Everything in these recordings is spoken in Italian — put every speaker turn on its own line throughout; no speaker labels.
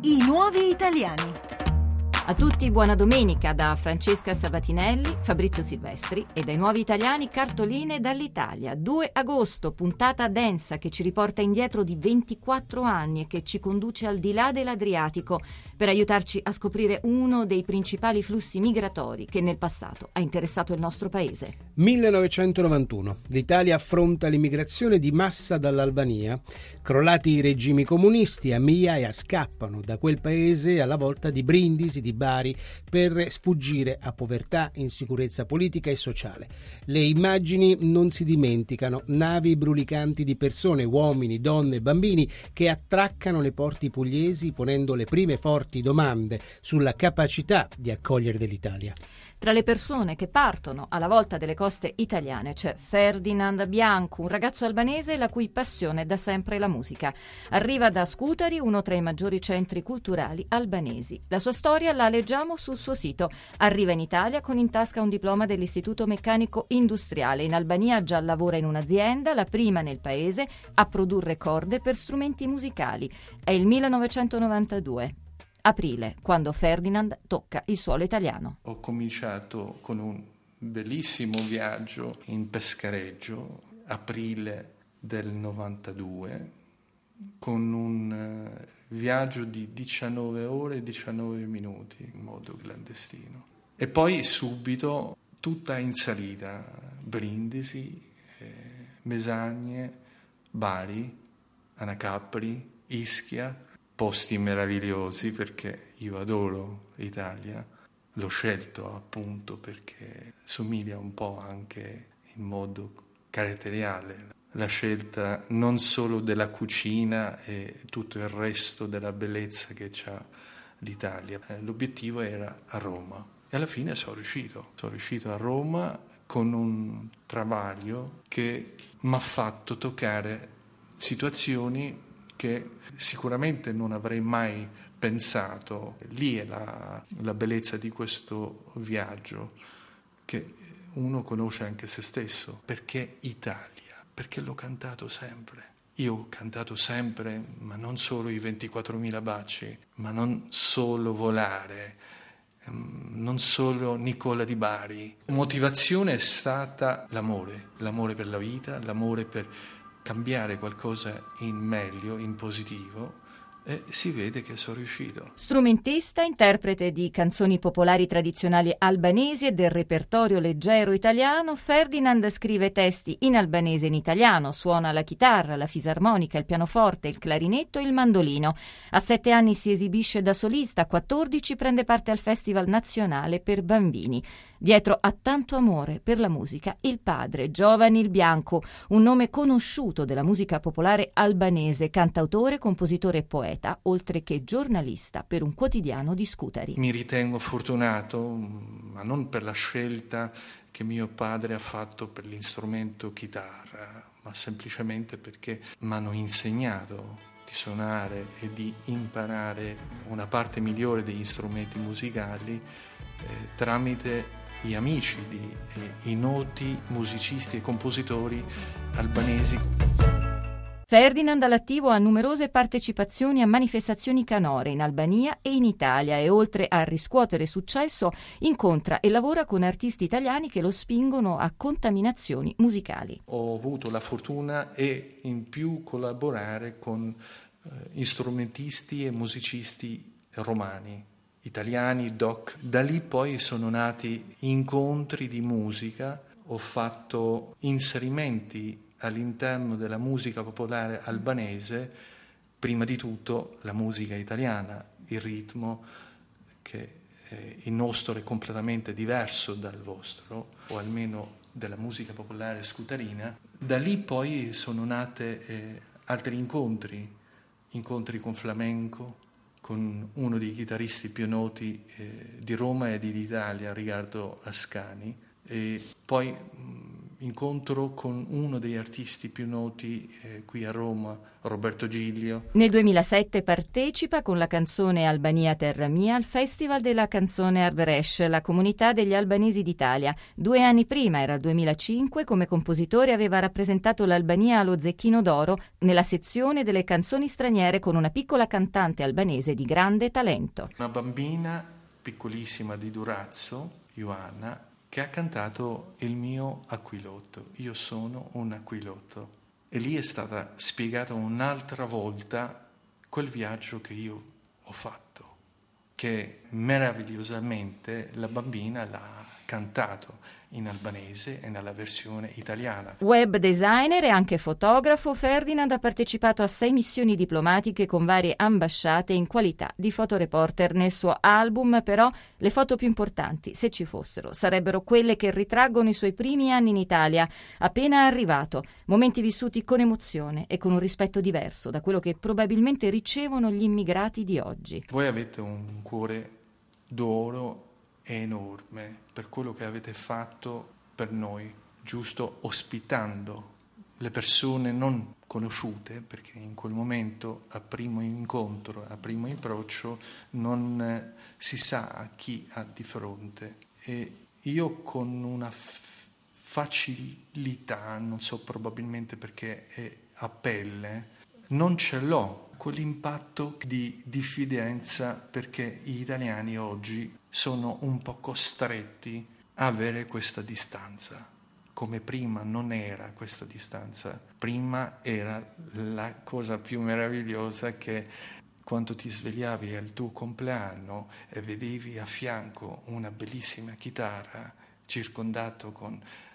I nuovi italiani. A tutti buona domenica da Francesca Sabatinelli, Fabrizio Silvestri e dai nuovi italiani cartoline dall'Italia. 2 agosto, puntata densa che ci riporta indietro di 24 anni e che ci conduce al di là dell'Adriatico per aiutarci a scoprire uno dei principali flussi migratori che nel passato ha interessato il nostro paese.
1991. L'Italia affronta l'immigrazione di massa dall'Albania. Crollati i regimi comunisti, a migliaia scappano da quel paese alla volta di Brindisi, di Bari, per sfuggire a povertà, insicurezza politica e sociale. Le immagini non si dimenticano: navi brulicanti di persone, uomini, donne, bambini che attraccano le porti pugliesi ponendo le prime forti domande sulla capacità di accogliere dell'Italia.
Tra le persone che partono alla volta delle coste italiane c'è Ferdinand Bianco, un ragazzo albanese la cui passione è da sempre la musica. Arriva da Scutari, uno tra i maggiori centri culturali albanesi. La sua storia la leggiamo sul suo sito. Arriva in Italia con in tasca un diploma dell'Istituto Meccanico Industriale. In Albania già lavora in un'azienda, la prima nel paese a produrre corde per strumenti musicali. È il 1992. Aprile, quando Ferdinand tocca il suolo italiano.
Ho cominciato con un bellissimo viaggio in pescareggio, aprile del 92, con un viaggio di 19 ore e 19 minuti in modo clandestino. E poi subito tutta in salita: Brindisi, Mesagne, Bari, Anacapri, Ischia. Posti meravigliosi, perché io adoro l'Italia, l'ho scelto appunto perché somiglia un po' anche in modo caratteriale la scelta non solo della cucina e tutto il resto della bellezza che c'ha l'Italia. L'obiettivo era a Roma e alla fine sono riuscito a Roma con un travaglio che mi ha fatto toccare situazioni che sicuramente non avrei mai pensato. Lì è la bellezza di questo viaggio, che uno conosce anche se stesso. Perché Italia? Perché l'ho cantato sempre. Io ho cantato sempre, ma non solo i 24.000 baci, ma non solo Volare, non solo Nicola di Bari. La motivazione è stata l'amore per la vita, l'amore per cambiare qualcosa in meglio, in positivo, e si vede che sono riuscito.
Strumentista, interprete di canzoni popolari tradizionali albanesi e del repertorio leggero italiano, Ferdinand scrive testi in albanese e in italiano, suona la chitarra, la fisarmonica, il pianoforte, il clarinetto e il mandolino. A 7 anni si esibisce da solista, a 14 prende parte al Festival Nazionale per Bambini. Dietro a tanto amore per la musica, il padre, Giovanni il Bianco, un nome conosciuto della musica popolare albanese, cantautore, compositore e poeta, oltre che giornalista per un quotidiano di Scutari.
Mi ritengo fortunato, ma non per la scelta che mio padre ha fatto per l'istrumento chitarra, ma semplicemente perché mi hanno insegnato di suonare e di imparare una parte migliore degli strumenti musicali tramite gli amici i noti musicisti e compositori albanesi.
Ferdinand all'attivo ha numerose partecipazioni a manifestazioni canore in Albania e in Italia e oltre a riscuotere successo incontra e lavora con artisti italiani che lo spingono a contaminazioni musicali.
Ho avuto la fortuna e in più collaborare con strumentisti e musicisti romani, italiani, doc. Da lì poi sono nati incontri di musica, ho fatto inserimenti all'interno della musica popolare albanese, prima di tutto la musica italiana, il ritmo, che il nostro è completamente diverso dal vostro, o almeno della musica popolare scutarina. Da lì poi sono nate altri incontri con flamenco, con uno dei chitarristi più noti di Roma e d'Italia, Riccardo Ascani, e poi incontro con uno dei artisti più noti qui a Roma, Roberto Giglio.
Nel 2007 partecipa con la canzone Albania Terra Mia al Festival della canzone Arveresh, la comunità degli albanesi d'Italia. 2 anni prima, era il 2005, come compositore aveva rappresentato l'Albania allo Zecchino d'Oro nella sezione delle canzoni straniere con una piccola cantante albanese di grande talento.
Una bambina piccolissima di Durazzo, Ioanna, che ha cantato il mio Aquilotto. Io sono un aquilotto. E lì è stata spiegata un'altra volta quel viaggio che io ho fatto, che meravigliosamente la bambina l'ha cantato in albanese e nella versione italiana.
Web designer e anche fotografo, Ferdinand ha partecipato a 6 missioni diplomatiche con varie ambasciate in qualità di fotoreporter. Nel suo album, però, le foto più importanti, se ci fossero, sarebbero quelle che ritraggono i suoi primi anni in Italia, appena arrivato, momenti vissuti con emozione e con un rispetto diverso da quello che probabilmente ricevono gli immigrati di oggi.
Voi avete un cuore d'oro enorme per quello che avete fatto per noi, giusto ospitando le persone non conosciute, perché in quel momento a primo incontro, a primo approccio non si sa chi ha di fronte. E io con una facilità, non so, probabilmente perché è a pelle, non ce l'ho quell'impatto di diffidenza, perché gli italiani oggi sono un po' costretti a avere questa distanza. Come prima non era questa distanza. Prima era la cosa più meravigliosa, che quando ti svegliavi al tuo compleanno e vedevi a fianco una bellissima chitarra, circondato con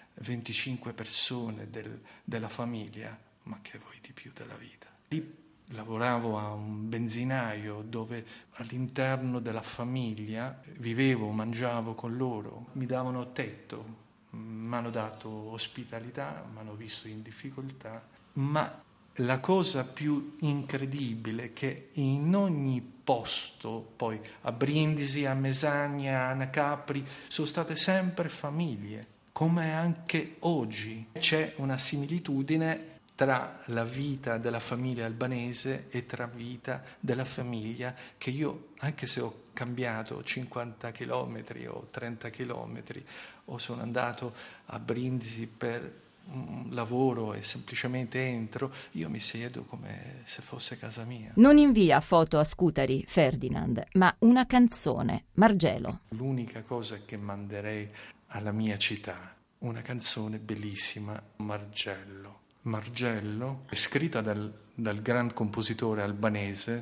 25 persone della famiglia, ma che vuoi di più della vita? Lì lavoravo a un benzinaio dove all'interno della famiglia vivevo, mangiavo con loro, mi davano tetto, mi hanno dato ospitalità, mi hanno visto in difficoltà, ma la cosa più incredibile è che in ogni posto, poi a Brindisi, a Mesagna, a Capri, sono state sempre famiglie, come anche oggi. C'è una similitudine tra la vita della famiglia albanese e tra vita della famiglia che io, anche se ho cambiato 50 chilometri o 30 chilometri, o sono andato a Brindisi per un lavoro e semplicemente entro, io mi siedo come se fosse casa mia.
Non invia foto a Scutari, Ferdinand, ma una canzone, Margelo.
L'unica cosa che manderei alla mia città, una canzone bellissima, Margello. Margello è scritta dal gran compositore albanese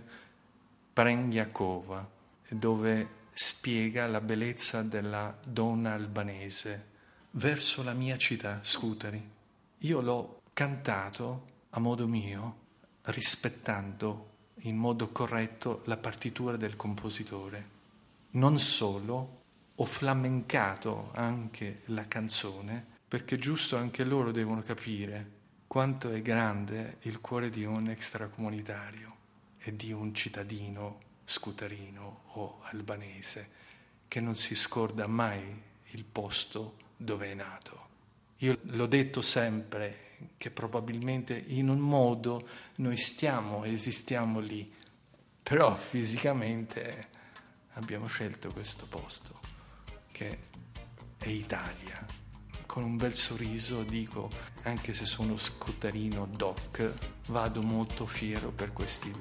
Prengjakova, dove spiega la bellezza della donna albanese verso la mia città, Scutari. Io l'ho cantato a modo mio, rispettando in modo corretto la partitura del compositore. Non solo, ho flamencato anche la canzone, perché giusto anche loro devono capire quanto è grande il cuore di un extracomunitario e di un cittadino scutarino o albanese, che non si scorda mai il posto dove è nato. Io l'ho detto sempre che probabilmente in un modo noi esistiamo lì, però fisicamente abbiamo scelto questo posto, che è Italia. Con un bel sorriso dico, anche se sono scutarino doc, vado molto fiero per questi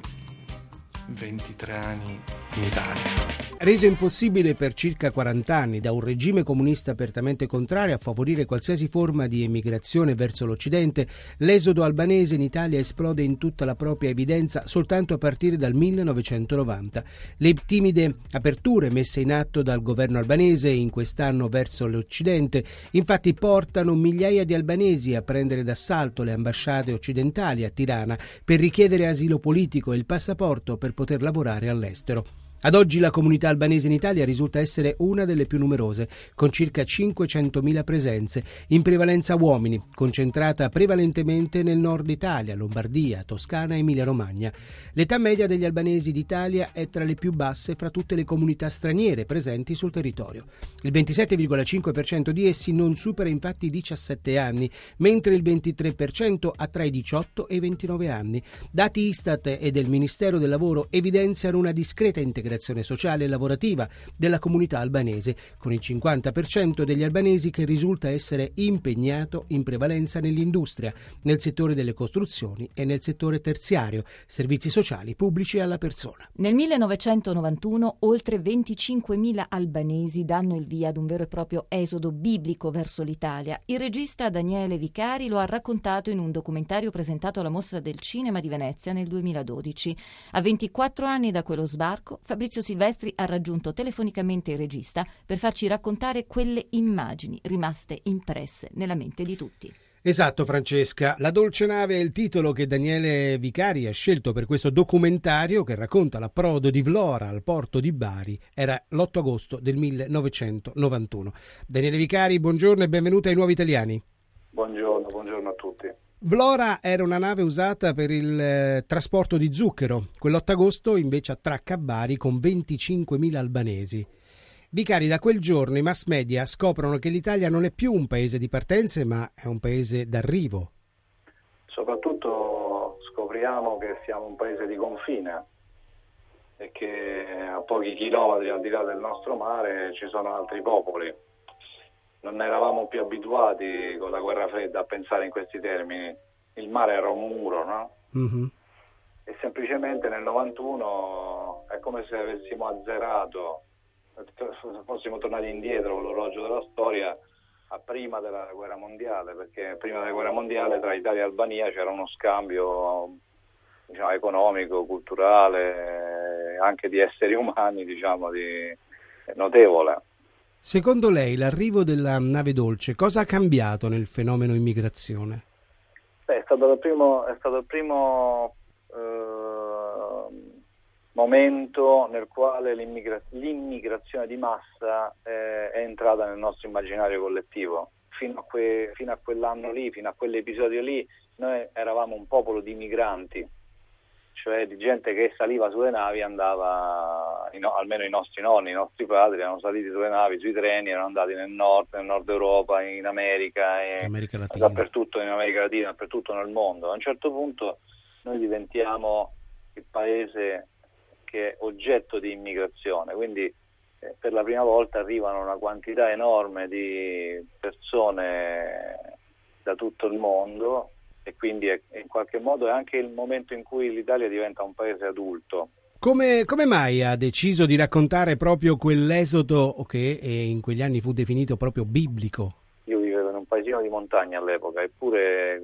23 anni in Italia.
Reso impossibile per circa 40 anni da un regime comunista apertamente contrario a favorire qualsiasi forma di emigrazione verso l'Occidente, l'esodo albanese in Italia esplode in tutta la propria evidenza soltanto a partire dal 1990. Le timide aperture messe in atto dal governo albanese in quest'anno verso l'Occidente infatti portano migliaia di albanesi a prendere d'assalto le ambasciate occidentali a Tirana per richiedere asilo politico e il passaporto per poter lavorare all'estero. Ad oggi la comunità albanese in Italia risulta essere una delle più numerose, con circa 500.000 presenze, in prevalenza uomini, concentrata prevalentemente nel nord Italia, Lombardia, Toscana e Emilia-Romagna. L'età media degli albanesi d'Italia è tra le più basse fra tutte le comunità straniere presenti sul territorio. Il 27,5% di essi non supera infatti i 17 anni, mentre il 23% ha tra i 18 e i 29 anni. Dati Istat e del Ministero del Lavoro evidenziano una discreta integrazione sociale e lavorativa della comunità albanese, con il 50% degli albanesi che risulta essere impegnato in prevalenza nell'industria, nel settore delle costruzioni e nel settore terziario, servizi sociali pubblici alla persona.
Nel 1991 oltre 25.000 albanesi danno il via ad un vero e proprio esodo biblico verso l'Italia. Il regista Daniele Vicari lo ha raccontato in un documentario presentato alla Mostra del Cinema di Venezia nel 2012. A 24 anni da quello sbarco, Fabrizio Silvestri ha raggiunto telefonicamente il regista per farci raccontare quelle immagini rimaste impresse nella mente di tutti.
Esatto, Francesca. La dolce nave è il titolo che Daniele Vicari ha scelto per questo documentario che racconta l'approdo di Vlora al porto di Bari. Era l'8 agosto del 1991. Daniele Vicari, buongiorno e benvenuto ai Nuovi Italiani.
Buongiorno a tutti.
Vlora era una nave usata per il trasporto di zucchero. Quell'8 agosto invece attracca a Bari con 25.000 albanesi. Vicari, da quel giorno i mass media scoprono che l'Italia non è più un paese di partenze, ma è un paese d'arrivo.
Soprattutto scopriamo che siamo un paese di confine e che a pochi chilometri al di là del nostro mare ci sono altri popoli. Non eravamo più abituati con la guerra fredda a pensare in questi termini. Il mare era un muro, no?
Mm-hmm.
E semplicemente nel 91 è come se avessimo azzerato, fossimo tornati indietro con l'orologio della storia a prima della guerra mondiale, perché prima della guerra mondiale tra Italia e Albania c'era uno scambio, diciamo, economico, culturale, anche di esseri umani, diciamo, notevole.
Secondo lei l'arrivo della nave dolce cosa ha cambiato nel fenomeno immigrazione?
È stato il primo momento nel quale l'immigrazione di massa è entrata nel nostro immaginario collettivo. Fino a quell'anno lì, fino a quell'episodio lì, noi eravamo un popolo di migranti, cioè di gente che saliva sulle navi e andava, almeno i nostri nonni, i nostri padri erano saliti sulle navi, sui treni, erano andati nel nord Europa, in America,
America Latina.
Dappertutto in America Latina, dappertutto nel mondo. A un certo punto noi diventiamo il paese che è oggetto di immigrazione, quindi per la prima volta arrivano una quantità enorme di persone da tutto il mondo e quindi in qualche modo è anche il momento in cui l'Italia diventa un paese adulto.
Come mai ha deciso di raccontare proprio quell'esodo che in quegli anni fu definito proprio biblico?
Io vivevo in un paesino di montagna all'epoca, eppure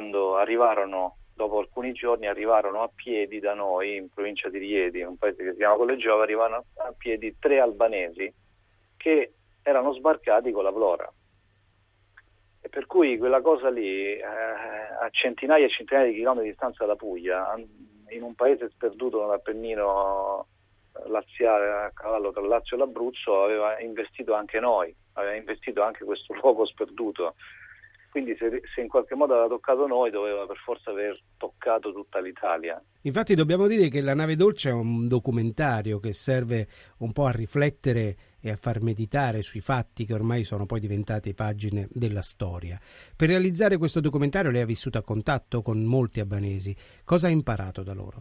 dopo alcuni giorni arrivarono a piedi da noi, in provincia di Rieti, un paese che si chiama Collegiova, arrivarono a piedi 3 albanesi che erano sbarcati con la Vlora. E per cui quella cosa lì, a centinaia e centinaia di chilometri di distanza dalla Puglia, in un paese sperduto nell'Appennino laziale, a cavallo tra il Lazio e l'Abruzzo, aveva investito anche noi, aveva investito anche questo luogo sperduto. Quindi se in qualche modo aveva toccato noi, doveva per forza aver toccato tutta l'Italia.
Infatti dobbiamo dire che La nave dolce è un documentario che serve un po' a riflettere e a far meditare sui fatti che ormai sono poi diventati pagine della storia. Per realizzare questo documentario lei ha vissuto a contatto con molti albanesi. Cosa ha imparato da loro?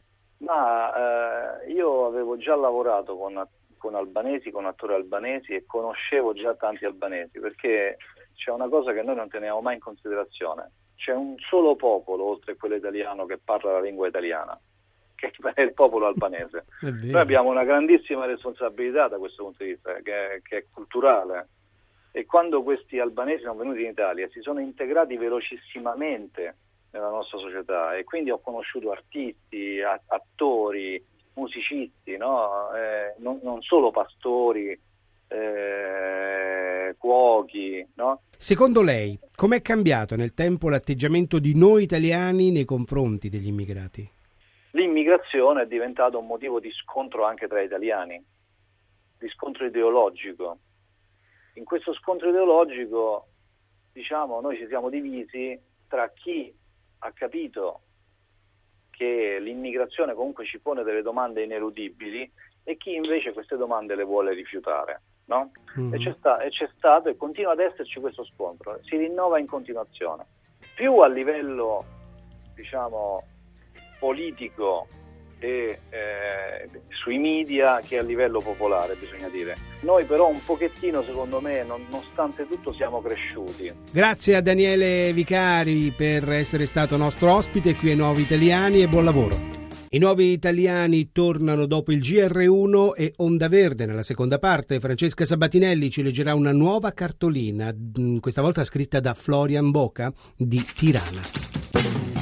Io avevo già lavorato con albanesi, con attori albanesi e conoscevo già tanti albanesi, perché c'è una cosa che noi non teniamo mai in considerazione. C'è un solo popolo, oltre a quello italiano, che parla la lingua italiana, che è il popolo albanese. Noi abbiamo una grandissima responsabilità da questo punto di vista, che è culturale. E quando questi albanesi sono venuti in Italia si sono integrati velocissimamente nella nostra società e quindi ho conosciuto artisti, attori, musicisti, no? Non solo pastori, cuochi, no?
Secondo lei, com'è cambiato nel tempo l'atteggiamento di noi italiani nei confronti degli immigrati?
l'immigrazione è diventata un motivo di scontro anche tra italiani, di scontro ideologico. In questo scontro ideologico, diciamo, noi ci siamo divisi tra chi ha capito che l'immigrazione comunque ci pone delle domande ineludibili e chi invece queste domande le vuole rifiutare, no? E c'è stato e continua ad esserci questo scontro, si rinnova in continuazione, più a livello, diciamo, politico e sui media che a livello popolare, bisogna dire. Noi però un pochettino, secondo me, nonostante tutto, siamo cresciuti.
Grazie a Daniele Vicari per essere stato nostro ospite qui ai Nuovi Italiani e buon lavoro. I Nuovi Italiani tornano dopo il GR1 e Onda Verde. Nella seconda parte Francesca Sabatinelli ci leggerà una nuova cartolina, questa volta scritta da Florian Boca di Tirana.